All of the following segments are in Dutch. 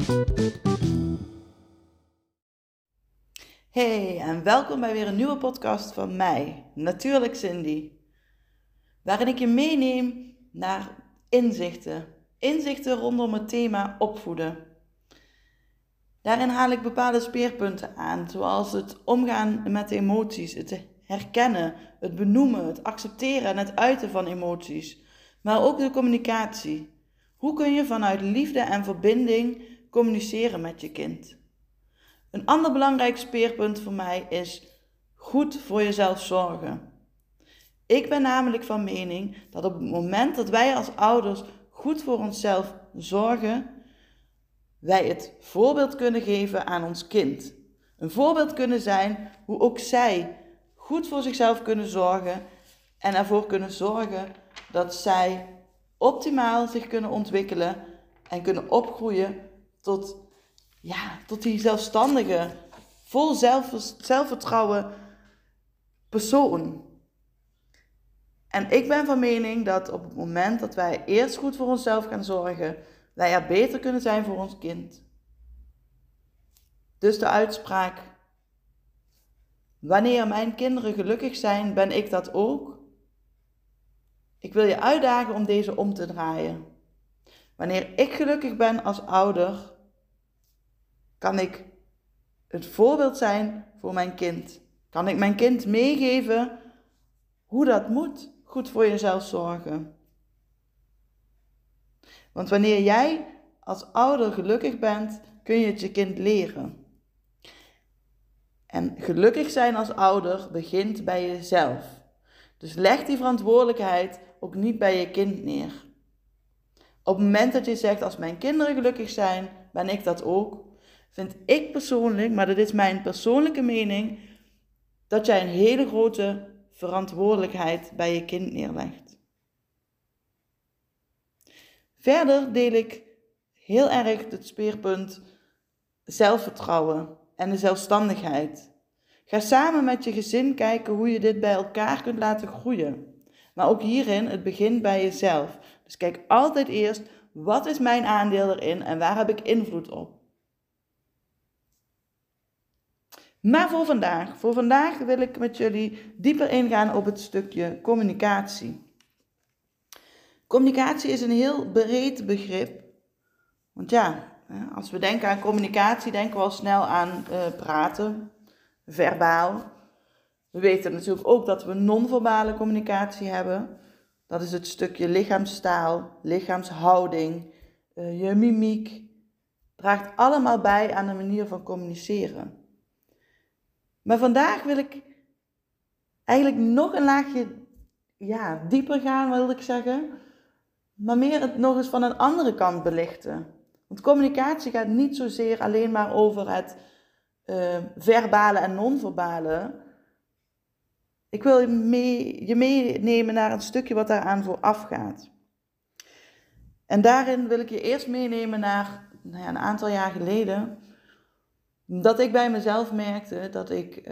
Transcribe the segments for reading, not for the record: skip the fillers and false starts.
Hey en welkom bij weer een nieuwe podcast van mij, Natuurlijk Cindy. Waarin ik je meeneem naar inzichten. Inzichten rondom het thema opvoeden. Daarin haal ik bepaalde speerpunten aan, zoals het omgaan met de emoties, het herkennen, het benoemen, het accepteren en het uiten van emoties. Maar ook de communicatie. Hoe kun je vanuit liefde en verbinding communiceren met je kind? Een ander belangrijk speerpunt voor mij is goed voor jezelf zorgen. Ik ben namelijk van mening dat op het moment dat wij als ouders goed voor onszelf zorgen, wij het voorbeeld kunnen geven aan ons kind. Een voorbeeld kunnen zijn hoe ook zij goed voor zichzelf kunnen zorgen en ervoor kunnen zorgen dat zij optimaal zich kunnen ontwikkelen en kunnen opgroeien tot die zelfstandige, vol zelfvertrouwen persoon. En ik ben van mening dat op het moment dat wij eerst goed voor onszelf gaan zorgen, wij er beter kunnen zijn voor ons kind. Dus de uitspraak: wanneer mijn kinderen gelukkig zijn, ben ik dat ook. Ik wil je uitdagen om deze om te draaien. Wanneer ik gelukkig ben als ouder, kan ik het voorbeeld zijn voor mijn kind. Kan ik mijn kind meegeven hoe dat moet, goed voor jezelf zorgen. Want wanneer jij als ouder gelukkig bent, kun je het je kind leren. En gelukkig zijn als ouder begint bij jezelf. Dus leg die verantwoordelijkheid ook niet bij je kind neer. Op het moment dat je zegt, als mijn kinderen gelukkig zijn, ben ik dat ook, vind ik persoonlijk, maar dat is mijn persoonlijke mening, dat jij een hele grote verantwoordelijkheid bij je kind neerlegt. Verder deel ik heel erg het speerpunt zelfvertrouwen en de zelfstandigheid. Ga samen met je gezin kijken hoe je dit bij elkaar kunt laten groeien. Maar ook hierin, het begint bij jezelf. Dus kijk altijd eerst, wat is mijn aandeel erin en waar heb ik invloed op? Maar voor vandaag wil ik met jullie dieper ingaan op het stukje communicatie. Communicatie is een heel breed begrip. Want als we denken aan communicatie, denken we al snel aan praten, verbaal. We weten natuurlijk ook dat we non-verbale communicatie hebben. Dat is het stukje lichaamstaal, lichaamshouding, je mimiek. Draagt allemaal bij aan de manier van communiceren. Maar vandaag wil ik eigenlijk nog een laagje dieper gaan, wil ik zeggen. Maar meer het nog eens van een andere kant belichten. Want communicatie gaat niet zozeer alleen maar over het verbale en non-verbale. Ik wil je meenemen naar een stukje wat daaraan vooraf gaat. En daarin wil ik je eerst meenemen naar een aantal jaar geleden. Dat ik bij mezelf merkte dat ik,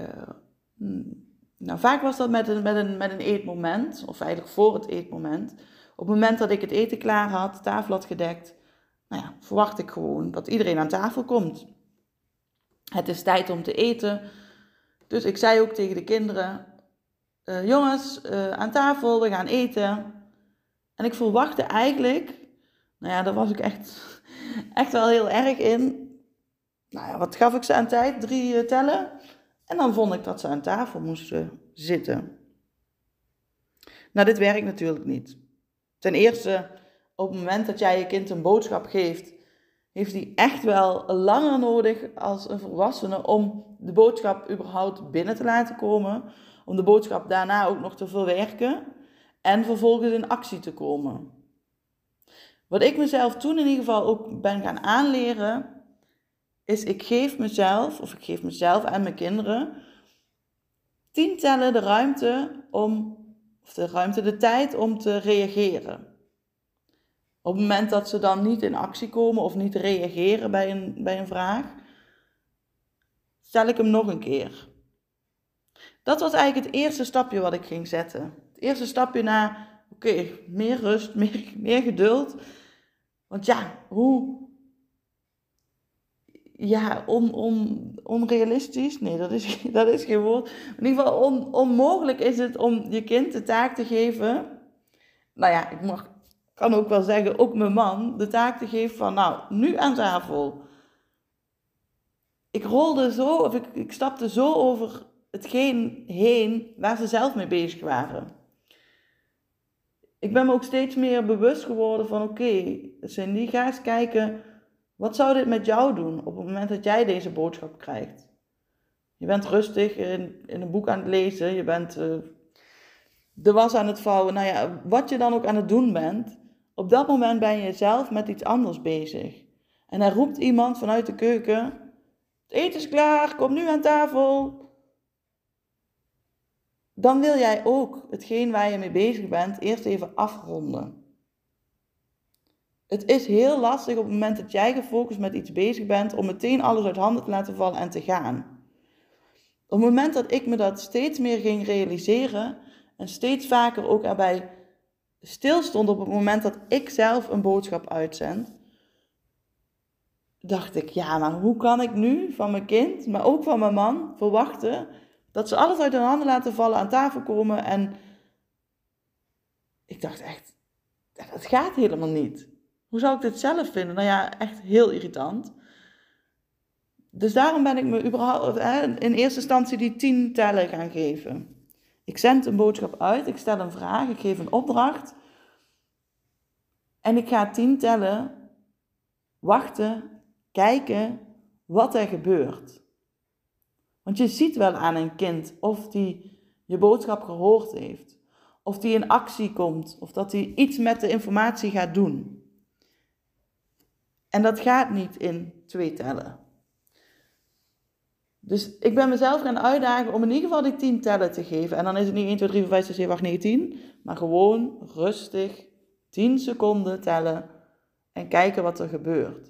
vaak was dat met een eetmoment, of eigenlijk voor het eetmoment. Op het moment dat ik het eten klaar had, de tafel had gedekt, verwacht ik gewoon dat iedereen aan tafel komt. Het is tijd om te eten. Dus ik zei ook tegen de kinderen, jongens, aan tafel, we gaan eten. En ik verwachtte eigenlijk, daar was ik echt wel heel erg in. Wat gaf ik ze aan tijd? 3 tellen. En dan vond ik dat ze aan tafel moesten zitten. Dit werkt natuurlijk niet. Ten eerste, op het moment dat jij je kind een boodschap geeft, heeft hij echt wel langer nodig als een volwassene om de boodschap überhaupt binnen te laten komen. Om de boodschap daarna ook nog te verwerken en vervolgens in actie te komen. Wat ik mezelf toen in ieder geval ook ben gaan aanleren, is ik geef mezelf en mijn kinderen 10 tellen de tijd om te reageren. Op het moment dat ze dan niet in actie komen of niet reageren bij een vraag, stel ik hem nog een keer. Dat was eigenlijk het eerste stapje wat ik ging zetten. Het eerste stapje naar, meer rust, meer geduld. Want hoe onrealistisch. Nee, dat is geen woord. In ieder geval onmogelijk is het om je kind de taak te geven. Nou ja, kan ook wel zeggen, ook mijn man, de taak te geven van, nou, nu aan tafel. Ik stapte zo over hetgeen heen waar ze zelf mee bezig waren. Ik ben me ook steeds meer bewust geworden van, oké, Cindy, ga eens kijken, wat zou dit met jou doen op het moment dat jij deze boodschap krijgt? Je bent rustig in een boek aan het lezen, je bent de was aan het vouwen, nou ja, wat je dan ook aan het doen bent, op dat moment ben je zelf met iets anders bezig. En dan roept iemand vanuit de keuken, het eten is klaar, kom nu aan tafel. Dan wil jij ook hetgeen waar je mee bezig bent eerst even afronden. Het is heel lastig op het moment dat jij gefocust met iets bezig bent om meteen alles uit handen te laten vallen en te gaan. Op het moment dat ik me dat steeds meer ging realiseren en steeds vaker ook erbij stilstond op het moment dat ik zelf een boodschap uitzend, dacht ik, ja, maar hoe kan ik nu van mijn kind, maar ook van mijn man, verwachten dat ze alles uit hun handen laten vallen, aan tafel komen? En ik dacht echt, dat gaat helemaal niet. Hoe zou ik dit zelf vinden? Nou ja, echt heel irritant. Dus daarom ben ik me überhaupt in eerste instantie die 10 tellen gaan geven. Ik zend een boodschap uit, ik stel een vraag, ik geef een opdracht. En ik ga 10 tellen, wachten, kijken wat er gebeurt. Want je ziet wel aan een kind of die je boodschap gehoord heeft. Of die in actie komt. Of dat hij iets met de informatie gaat doen. En dat gaat niet in 2 tellen. Dus ik ben mezelf gaan uitdagen om in ieder geval die 10 tellen te geven. En dan is het niet 1, 2, 3, 4, 5, 6, 7, 8, 9, 10. Maar gewoon rustig 10 seconden tellen. En kijken wat er gebeurt.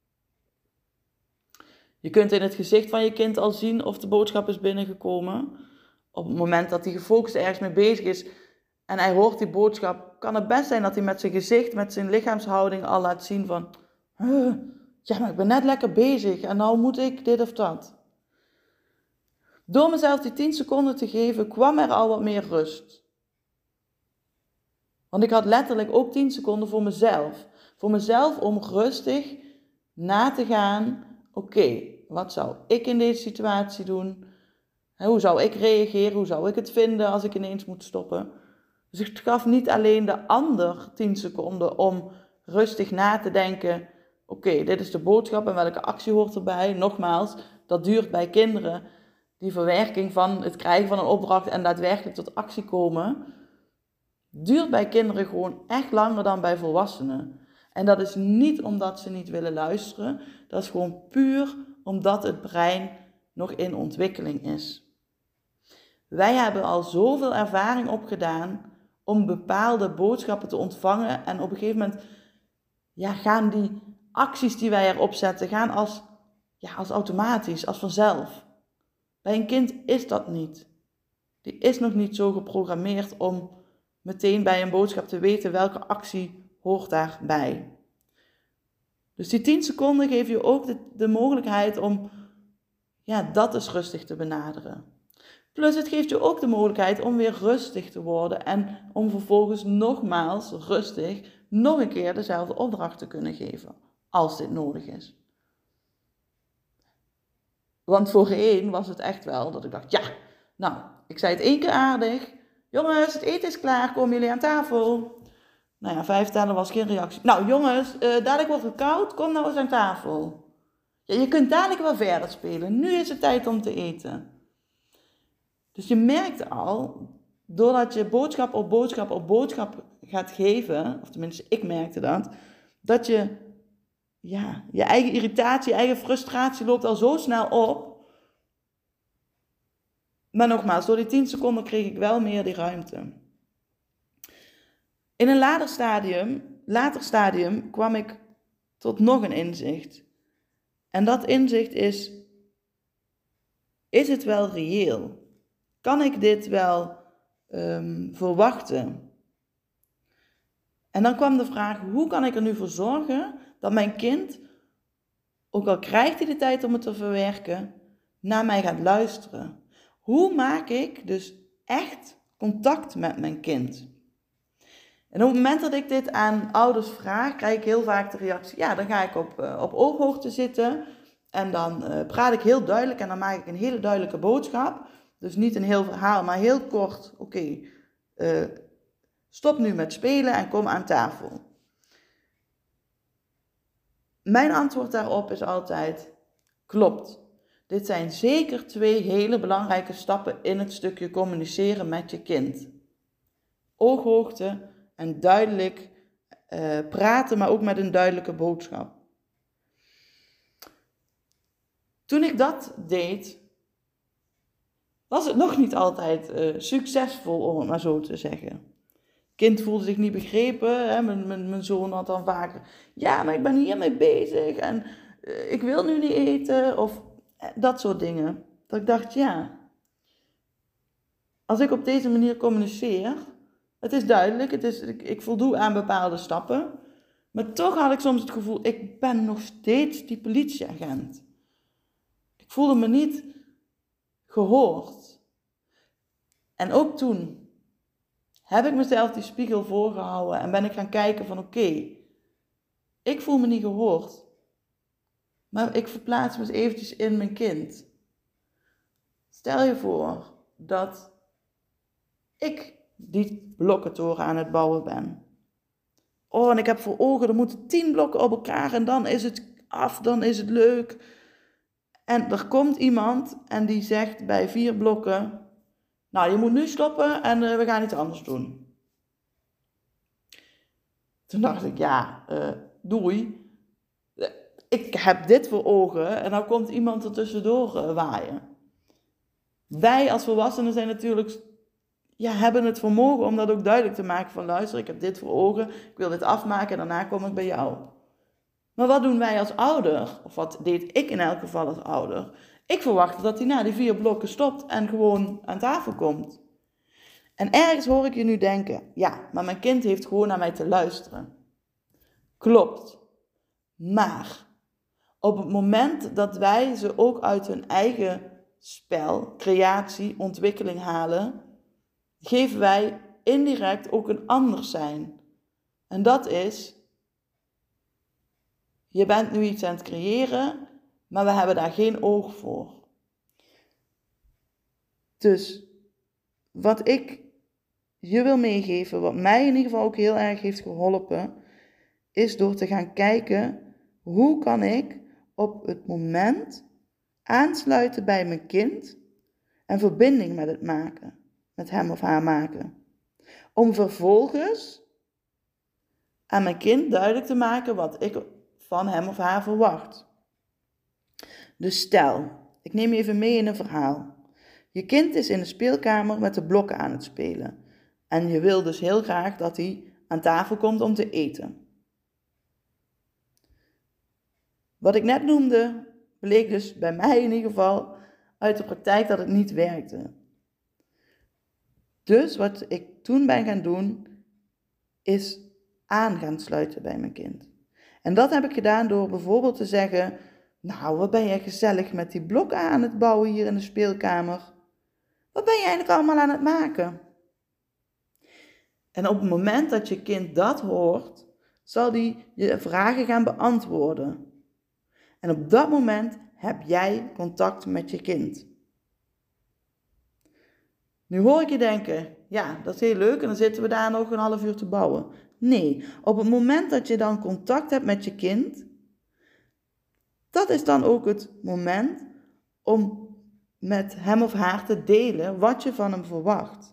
Je kunt in het gezicht van je kind al zien of de boodschap is binnengekomen. Op het moment dat hij gefocust ergens mee bezig is en hij hoort die boodschap, kan het best zijn dat hij met zijn gezicht, met zijn lichaamshouding al laat zien van, ja, maar ik ben net lekker bezig en nou moet ik dit of dat. Door mezelf die 10 seconden te geven, kwam er al wat meer rust. Want ik had letterlijk ook 10 seconden voor mezelf. Voor mezelf om rustig na te gaan, oké, wat zou ik in deze situatie doen? Hoe zou ik reageren? Hoe zou ik het vinden als ik ineens moet stoppen? Dus ik gaf niet alleen de ander 10 seconden om rustig na te denken. Oké, dit is de boodschap en welke actie hoort erbij? Nogmaals, dat duurt bij kinderen. Die verwerking van het krijgen van een opdracht en daadwerkelijk tot actie komen, duurt bij kinderen gewoon echt langer dan bij volwassenen. En dat is niet omdat ze niet willen luisteren. Dat is gewoon puur omdat het brein nog in ontwikkeling is. Wij hebben al zoveel ervaring opgedaan om bepaalde boodschappen te ontvangen. En op een gegeven moment gaan die acties die wij erop zetten, gaan als automatisch, als vanzelf. Bij een kind is dat niet. Die is nog niet zo geprogrammeerd om meteen bij een boodschap te weten welke actie hoort daarbij. Dus die 10 seconden geven je ook de mogelijkheid om dat eens rustig te benaderen. Plus het geeft je ook de mogelijkheid om weer rustig te worden en om vervolgens nogmaals rustig nog een keer dezelfde opdracht te kunnen geven, als dit nodig is. Want voorheen was het echt wel dat ik dacht, ik zei het 1 keer aardig. Jongens, het eten is klaar, komen jullie aan tafel? 5 tellen was geen reactie. Nou jongens, dadelijk wordt het koud, kom nou eens aan tafel. Ja, je kunt dadelijk wel verder spelen, nu is het tijd om te eten. Dus je merkt al, doordat je boodschap op boodschap op boodschap gaat geven, of tenminste ik merkte dat je je eigen irritatie, je eigen frustratie loopt al zo snel op. Maar nogmaals, door die 10 seconden kreeg ik wel meer die ruimte. In een later stadium kwam ik tot nog een inzicht. En dat inzicht is het wel reëel? Kan ik dit wel verwachten? En dan kwam de vraag, hoe kan ik er nu voor zorgen dat mijn kind ook al krijgt hij de tijd om het te verwerken, naar mij gaat luisteren. Hoe maak ik dus echt contact met mijn kind? En op het moment dat ik dit aan ouders vraag, krijg ik heel vaak de reactie, ja, dan ga ik op ooghoogte zitten en dan praat ik heel duidelijk en dan maak ik een hele duidelijke boodschap. Dus niet een heel verhaal, maar heel kort, oké, stop nu met spelen en kom aan tafel. Mijn antwoord daarop is altijd, klopt. Dit zijn zeker 2 hele belangrijke stappen in het stukje communiceren met je kind. Ooghoogte en duidelijk praten, maar ook met een duidelijke boodschap. Toen ik dat deed, was het nog niet altijd succesvol, om het maar zo te zeggen. Kind voelde zich niet begrepen. Hè? Mijn zoon had dan vaker, ja, maar ik ben hiermee bezig en ik wil nu niet eten. Of dat soort dingen. Dat ik dacht, ja, als ik op deze manier communiceer, het is duidelijk, ik voldoe aan bepaalde stappen. Maar toch had ik soms het gevoel, ik ben nog steeds die politieagent. Ik voelde me niet gehoord. En ook toen heb ik mezelf die spiegel voorgehouden en ben ik gaan kijken van oké, ik voel me niet gehoord. Maar ik verplaats me eens eventjes in mijn kind. Stel je voor dat ik die blokkentoren aan het bouwen ben. Oh, en ik heb voor ogen, er moeten 10 blokken op elkaar en dan is het af, dan is het leuk. En er komt iemand en die zegt bij 4 blokken, nou, je moet nu stoppen en we gaan iets anders doen. Toen dacht ik, ja, doei. Ik heb dit voor ogen en dan komt iemand er tussendoor waaien. Wij als volwassenen zijn natuurlijk, ja, hebben het vermogen om dat ook duidelijk te maken van luister, ik heb dit voor ogen, ik wil dit afmaken en daarna kom ik bij jou. Maar wat doen wij als ouder? Of wat deed ik in elk geval als ouder? Ik verwachtte dat hij na die 4 blokken stopt en gewoon aan tafel komt. En ergens hoor ik je nu denken, ja, maar mijn kind heeft gewoon naar mij te luisteren. Klopt. Maar op het moment dat wij ze ook uit hun eigen spel, creatie, ontwikkeling halen, geven wij indirect ook een anders zijn. En dat is, je bent nu iets aan het creëren, maar we hebben daar geen oog voor. Dus wat ik je wil meegeven, wat mij in ieder geval ook heel erg heeft geholpen, is door te gaan kijken, hoe kan ik op het moment aansluiten bij mijn kind en verbinding met het maken, met hem of haar maken. Om vervolgens aan mijn kind duidelijk te maken wat ik van hem of haar verwacht. Dus stel, ik neem je even mee in een verhaal. Je kind is in de speelkamer met de blokken aan het spelen. En je wil dus heel graag dat hij aan tafel komt om te eten. Wat ik net noemde, bleek dus bij mij in ieder geval uit de praktijk dat het niet werkte. Dus wat ik toen ben gaan doen, is aan gaan sluiten bij mijn kind. En dat heb ik gedaan door bijvoorbeeld te zeggen, nou, wat ben jij gezellig met die blokken aan het bouwen hier in de speelkamer? Wat ben je eigenlijk allemaal aan het maken? En op het moment dat je kind dat hoort, zal die je vragen gaan beantwoorden. En op dat moment heb jij contact met je kind. Nu hoor ik je denken, ja, dat is heel leuk en dan zitten we daar nog een half uur te bouwen. Nee, op het moment dat je dan contact hebt met je kind, dat is dan ook het moment om met hem of haar te delen wat je van hem verwacht.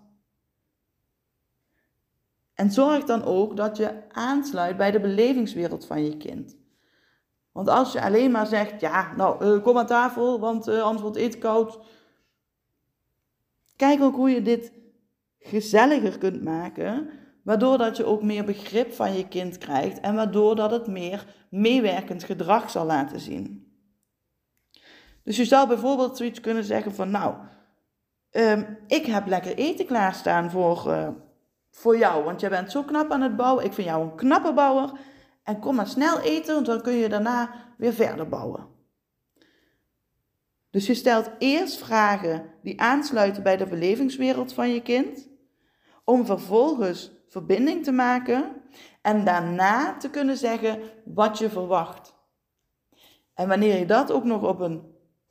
En zorg dan ook dat je aansluit bij de belevingswereld van je kind. Want als je alleen maar zegt, ja, nou, kom aan tafel, want anders wordt het eten koud. Kijk ook hoe je dit gezelliger kunt maken, waardoor dat je ook meer begrip van je kind krijgt en waardoor dat het meer meewerkend gedrag zal laten zien. Dus je zou bijvoorbeeld zoiets kunnen zeggen van, nou, ik heb lekker eten klaarstaan voor jou, want jij bent zo knap aan het bouwen. Ik vind jou een knappe bouwer en kom maar snel eten, want dan kun je daarna weer verder bouwen. Dus je stelt eerst vragen die aansluiten bij de belevingswereld van je kind, om vervolgens verbinding te maken en daarna te kunnen zeggen wat je verwacht. En wanneer je dat ook nog op een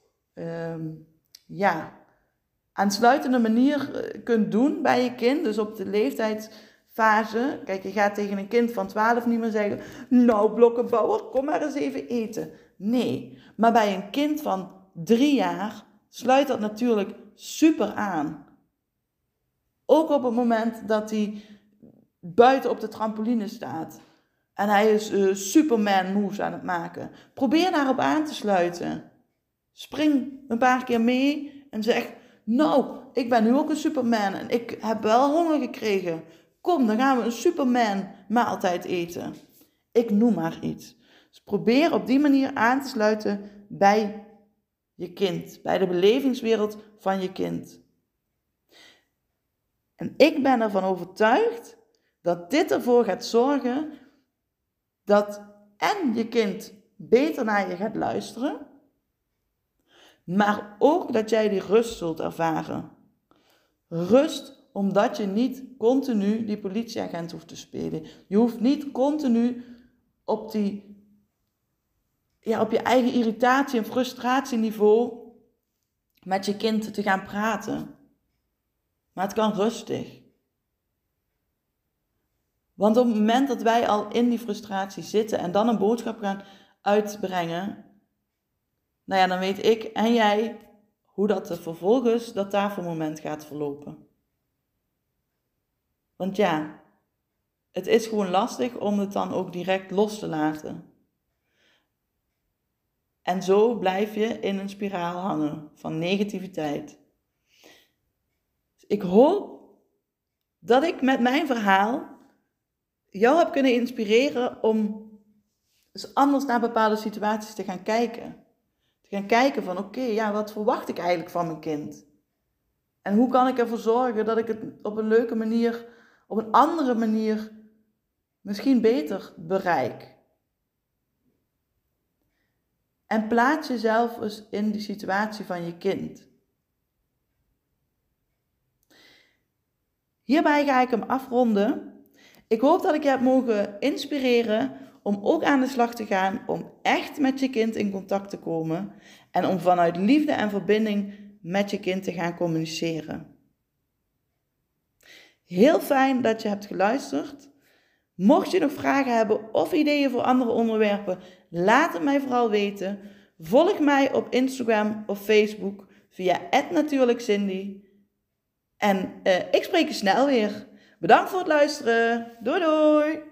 aansluitende manier kunt doen bij je kind, dus op de leeftijdsfase. Kijk, je gaat tegen een kind van 12 niet meer zeggen, nou Blokkenbouwer, kom maar eens even eten. Nee, maar bij een kind van 3 jaar sluit dat natuurlijk super aan. Ook op het moment dat hij buiten op de trampoline staat. En hij is Superman moves aan het maken. Probeer daarop aan te sluiten. Spring een paar keer mee en zeg, nou, ik ben nu ook een Superman en ik heb wel honger gekregen. Kom, dan gaan we een Superman maaltijd eten. Ik noem maar iets. Dus probeer op die manier aan te sluiten bij je kind, bij de belevingswereld van je kind. En ik ben ervan overtuigd dat dit ervoor gaat zorgen dat en je kind beter naar je gaat luisteren, maar ook dat jij die rust zult ervaren. Rust omdat je niet continu die politieagent hoeft te spelen. Je hoeft niet continu op je eigen irritatie- en frustratieniveau met je kind te gaan praten. Maar het kan rustig. Want op het moment dat wij al in die frustratie zitten en dan een boodschap gaan uitbrengen, nou ja, dan weet ik en jij hoe dat vervolgens dat tafelmoment gaat verlopen. Want ja, het is gewoon lastig om het dan ook direct los te laten. En zo blijf je in een spiraal hangen van negativiteit. Ik hoop dat ik met mijn verhaal jou heb kunnen inspireren om eens anders naar bepaalde situaties te gaan kijken. Te gaan kijken van oké, wat verwacht ik eigenlijk van mijn kind? En hoe kan ik ervoor zorgen dat ik het op een leuke manier, op een andere manier, misschien beter bereik? En plaats jezelf eens in die situatie van je kind. Hierbij ga ik hem afronden. Ik hoop dat ik je heb mogen inspireren om ook aan de slag te gaan, om echt met je kind in contact te komen en om vanuit liefde en verbinding met je kind te gaan communiceren. Heel fijn dat je hebt geluisterd. Mocht je nog vragen hebben of ideeën voor andere onderwerpen, laat het mij vooral weten. Volg mij op Instagram of Facebook via @natuurlijkcindy. En ik spreek je snel weer. Bedankt voor het luisteren. Doei doei!